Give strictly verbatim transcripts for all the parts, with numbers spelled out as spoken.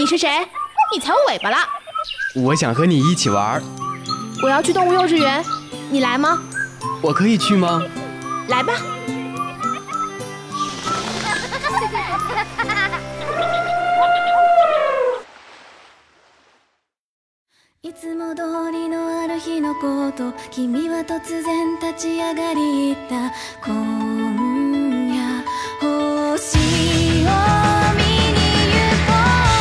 你是谁？你踩我尾巴了。 我想和你一起玩。 我要去动物幼稚园，你来吗？ 我可以去吗？ 来吧。 いつも通りのある日のこと、君は突然立ち上がりた。今夜星を見に行こ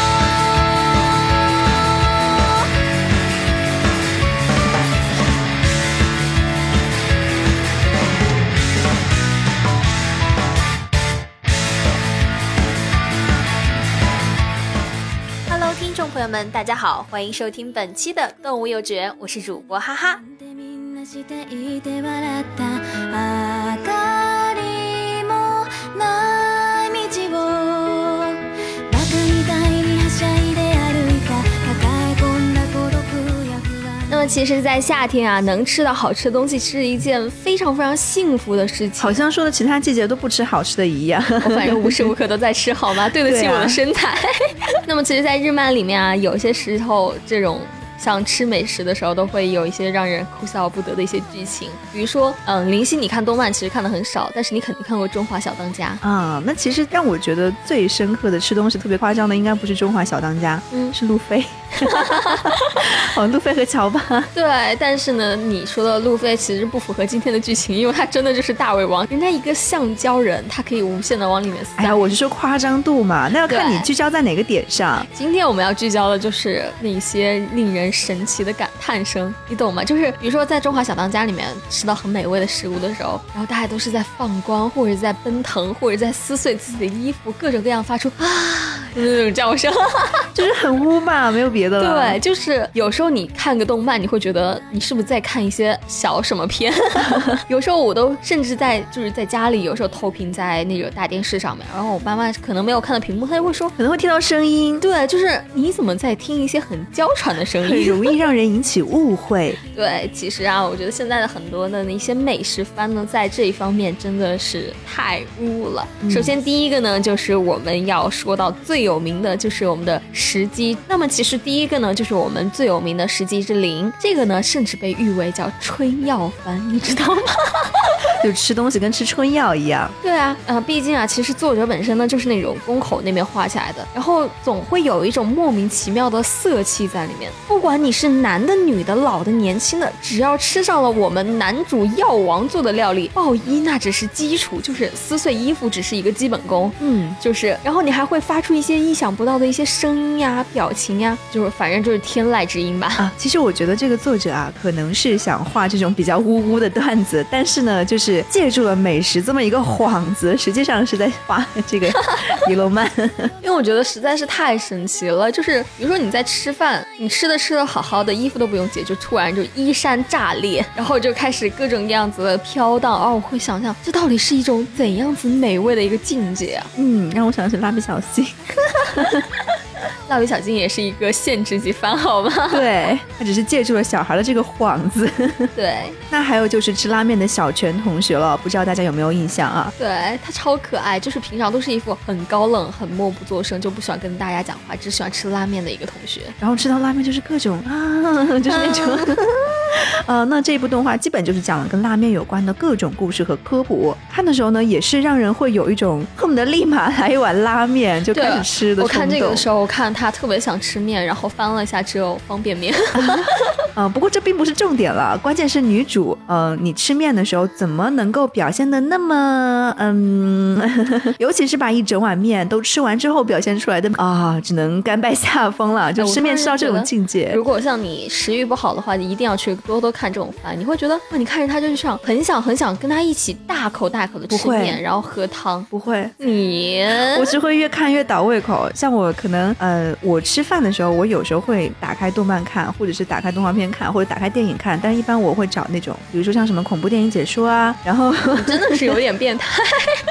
哈喽，听众朋友们，大家好，欢迎收听本期的动物幼稚园，我是主播哈哈。那么其实在夏天啊，能吃到好吃的东西是一件非常非常幸福的事情。 好像说的其他季节都不吃好吃的一样。 我反正无时无刻都在吃，好吗？对得起我的身材。那么其实在日漫里面啊，有些时候这种像吃美食的时候都会有一些让人哭笑不得的一些剧情，比如说嗯，林夕你看动漫其实看的很少，但是你肯定看过中华小当家啊。那其实让我觉得最深刻的吃东西特别夸张的应该不是中华小当家，嗯，是路飞。哦，路飞和乔巴。 对，但是呢你说的路飞其实不符合今天的剧情，因为他真的就是大胃王，人家一个橡胶人他可以无限的往里面塞。 哎呀，我是说夸张度嘛，那要看你聚焦在哪个点上。 今天我们要聚焦的就是那些令人神奇的感叹声，你懂吗？就是比如说在中华小当家里面吃到很美味的食物的时候，然后大家都是在放光，或者在奔腾，或者在撕碎自己的衣服，各种各样发出啊那种叫声， 就是很污嘛，没有别的了。 对，就是有时候你看个动漫，你会觉得你是不是在看一些小什么片？有时候我都甚至在就是在家里，有时候投屏在那个大电视上面，然后我妈妈可能没有看到屏幕，她就会说可能会听到声音。 对，就是你怎么在听一些很娇喘的声音， 很容易让人引起误会。 对，其实啊，我觉得现在的很多的那些美食番呢，在这一方面真的是太污了。嗯、首先第一个呢，就是我们要说到最有名的就是我们的食鸡。那么其实第一个呢，就是我们最有名的食鸡之灵，这个呢甚至被誉为叫春药番，你知道吗？ 就吃东西跟吃春药一样。 对啊，呃，毕竟啊，其实作者本身呢就是那种宫口那边画起来的，然后总会有一种莫名其妙的色气在里面。不管你是男的、女的、老的、年轻的，只要吃上了我们男主药王做的料理，爆衣那只是基础，就是撕碎衣服只是一个基本功。嗯，就是，然后你还会发出一些意想不到的一些声音呀、表情呀，就是反正就是天籁之音吧。 啊，其实我觉得这个作者啊，可能是想画这种比较污污的段子，但是呢，就是借助了美食这么一个幌子，实际上是在画这个遗漏漫。 因为我觉得实在是太神奇了，就是比如说你在吃饭，你吃的吃的好好的，衣服都不用解，就突然就衣衫炸裂，然后就开始各种各样子的飘荡。哦，我会想象这到底是一种怎样子美味的一个境界啊！ 嗯，让我想起蜡笔小新。 蜡笔小新也是一个限制级番，好吗？ 对，他只是借助了小孩的这个幌子。 对， 那还有就是吃拉面的小泉同学了，不知道大家有没有印象啊？ 对，他超可爱，就是平常都是一副很高冷、很默不作声，就不喜欢跟大家讲话，只喜欢吃拉面的一个同学。 然后吃到拉面就是各种啊，就是那种。呃，那这部动画基本就是讲了跟拉面有关的各种故事和科普。看的时候呢，也是让人会有一种恨不得立马来一碗拉面就开始吃的冲动。 我看这个的时候，我看他特别想吃面，然后翻了一下只有方便面。 呃，不过这并不是重点了，关键是女主，呃，你吃面的时候怎么能够表现的那么，嗯，尤其是把一整碗面都吃完之后表现出来的啊，只能甘拜下风了，就吃面吃到这种境界。 如果像你食欲不好的话，你一定要去多多看这种番，你会觉得哇，你看着他就像很想很想跟他一起大口大口的吃面，然后喝汤。 不会， 你我只会越看越倒胃口。像我可能呃，我吃饭的时候，我有时候会打开动漫看，或者是打开动画片看，或者打开电影看，但是一般我会找那种，比如说像什么恐怖电影解说啊，然后真的是有点变态。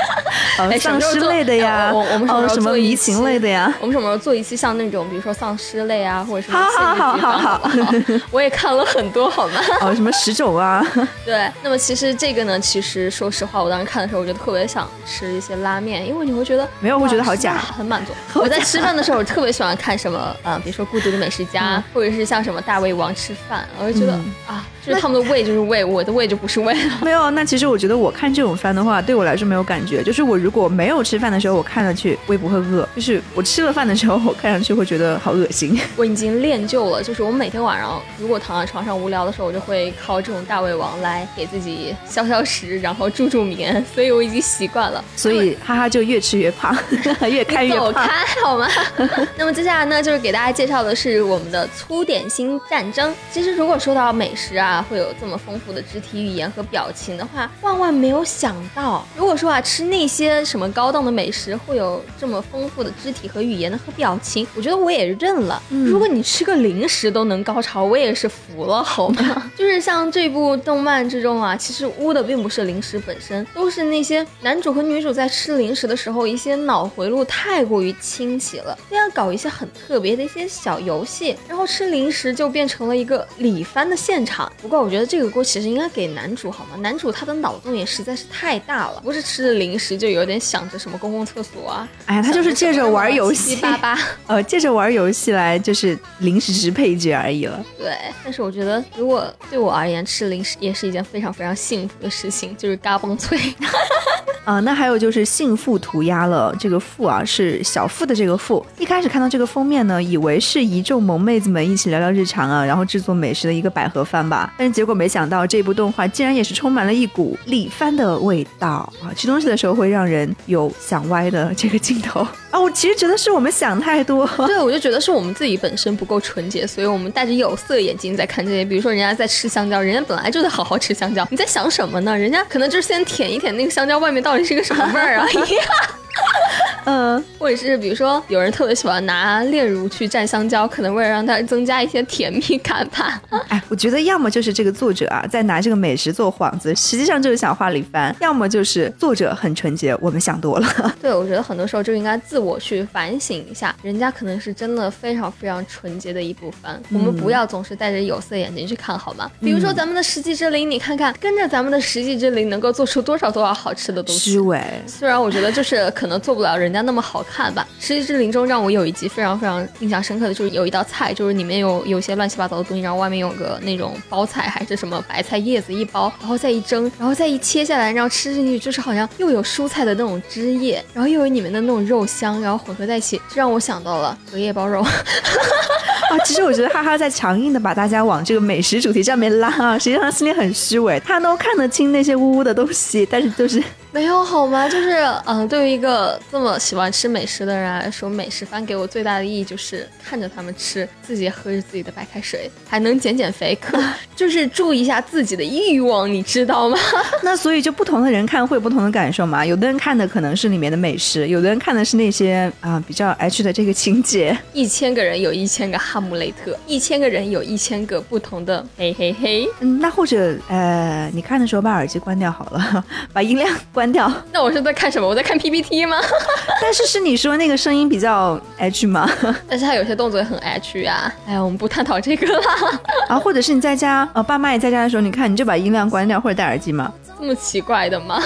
呃哎丧尸类的呀， 我我们什么时候哦什么做一期迷情类的呀？ 我们什么时候做一期像那种，比如说丧尸类啊，或者什么好好好好好好，我也看了很多，好吗？ 哦，什么十种啊？ 对，那么其实这个呢，其实说实话，我当时看的时候，我就特别想吃一些拉面，因为你会觉得没有，会觉得好假， 很满足。我在吃饭的时候，我特别喜欢看什么，呃，比如说《孤独的美食家》 嗯， 或者是像什么大胃王吃饭，我就觉得、 嗯、 啊，就是他们的胃就是胃，我的胃就不是胃了。 没有，那其实我觉得我看这种番的话，对我来说没有感觉。就是我如果没有吃饭的时候，我看上去胃不会饿；就是我吃了饭的时候，我看上去会觉得好恶心。 我已经练就了，就是我每天晚上如果躺在床上无聊的时候，我就会靠这种大胃王来给自己消消食，然后助助眠，所以我已经习惯了。 所以哈哈就越吃越胖，越看越胖。 走开好吗？那么接下来呢，就是给大家介绍的是我们的粗点心战争。其实如果说到美食啊，会有这么丰富的肢体语言和表情的话，万万没有想到，如果说啊吃那些什么高档的美食会有这么丰富的肢体和语言的和表情，我觉得我也认了。嗯、如果你吃个零食都能高潮，我也是服了好吗？就是像这部动漫之中啊，其实污的并不是零食本身，都是那些男主和女主在吃零食的时候，一些脑回路太过于清晰了，这样搞一些很特别的一些小游戏，然后吃零食就变成了一个李番的现场。不过我觉得这个锅其实应该给男主好吗？男主他的脑洞也实在是太大了，不是吃了零食就有点想着什么公共厕所啊， 哎呀，他就是借着玩游戏， 七七八八， 呃，借着玩游戏来就是零食是配角而已了。 对，但是我觉得如果对我而言，吃零食也是一件非常非常幸福的事情，就是嘎嘣脆。 啊、呃，那还有就是幸福涂鸦了，这个富啊是小富的这个富。一开始看到这个封面呢，以为是一众萌妹子们一起聊聊日常啊，然后制作美食的一个百合番吧。但是结果没想到，这部动画竟然也是充满了一股李番的味道啊！吃东西的时候会让人有想歪的这个镜头啊！我其实觉得是我们想太多。 对，我就觉得是我们自己本身不够纯洁，所以我们戴着有色眼镜在看这些。比如说人家在吃香蕉，人家本来就得好好吃香蕉，你在想什么呢？人家可能就是先舔一舔那个香蕉外面到底是个什么味儿啊。 嗯， 或者是比如说有人特别喜欢拿炼乳去蘸香蕉，可能为了让它增加一些甜蜜感吧。 哎，我觉得要么就是这个作者啊在拿这个美食做幌子，实际上就是想画李番；要么就是作者很纯洁，我们想多了。 对，我觉得很多时候就应该自我去反省一下，人家可能是真的非常非常纯洁的一部番，嗯、我们不要总是戴着有色眼镜去看好吗？比如说咱们的世纪之灵，你看看跟着咱们的世纪之灵能够做出多少多少好吃的东西。 虚伪， 虽然我觉得就是可能做不了人家那么好看吧。世纪之灵中让我有一集非常非常印象深刻的就是有一道菜，就是里面有有些乱七八糟的东西，然后外面有个那种包菜还是什么白菜叶子一包，然后再一蒸，然后再一切下来，然后吃进去就是好像又有蔬菜的那种汁液，然后又有你们的那种肉香，然后混合在一起，这让我想到了隔夜包肉。 啊，其实我觉得哈哈在强硬的把大家往这个美食主题上面拉啊，实际上心里很虚伪，他都看得清那些污污的东西，但是就是没有好吗？就是嗯、呃，对于一个这么喜欢吃美食的人来说，美食番给我最大的意义就是看着他们吃，自己喝着自己的白开水，还能减减肥，可就是注意一下自己的欲望，你知道吗？ 那所以就不同的人看会有不同的感受嘛，有的人看的可能是里面的美食，有的人看的是那些啊比较 H 的这个情节。 一千个人有一千个哈姆雷特，一千个人有一千个不同的嘿嘿嘿。 嗯，那或者呃，你看的时候把耳机关掉好了，把音量关掉。 那我是在看什么？我在看 P P T 吗？ 但是是你说那个声音比较 H 吗？ 但是他有些动作也很 H 啊。哎呀，我们不探讨这个啦。 啊，或者是你在家，呃，爸妈也在家的时候，你看你就把音量关掉或者戴耳机嘛。 这么奇怪的吗？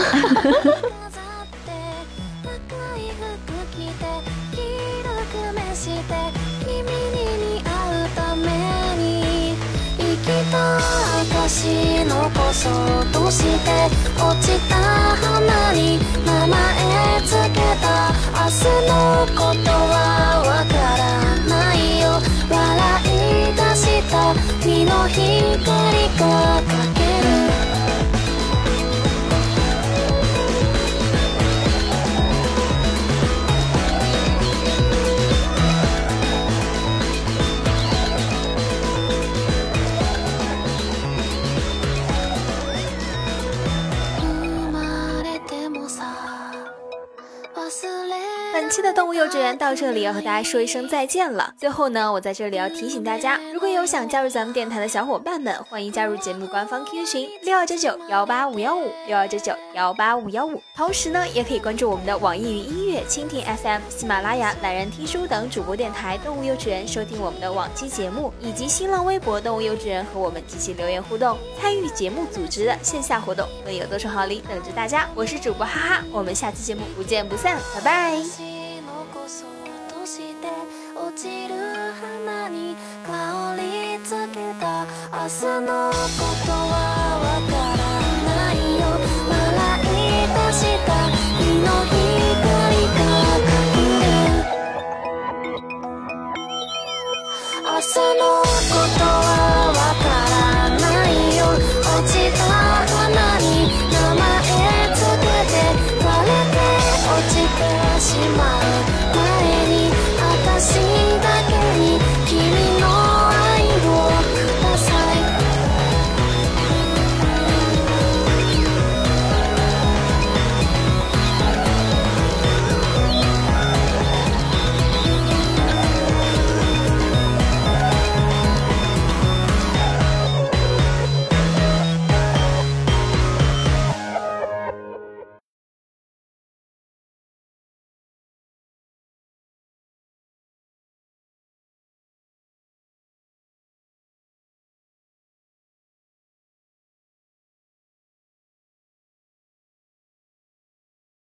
私残そうとして落ちた花に名前つけた明日のことはわからないよ笑い出した日の光がかける本期的动物幼稚园到这里要和大家说一声再见了。最后呢，我在这里要提醒大家，如果有想加入咱们电台的小伙伴们，欢迎加入节目官方 Q Q 群六二九九幺八五幺五六二九九幺八五幺五。同时呢，也可以关注我们的网易云音乐、蜻蜓 F M、喜马拉雅、懒人听书等主播电台动物幼稚园，收听我们的往期节目，以及新浪微博动物幼稚园和我们进行留言互动，参与节目组织的线下活动，更有多重好礼等着大家。我是主播哈哈，我们下期节目不见不散，拜拜。落ちる花に香りつけた明日のことはわからない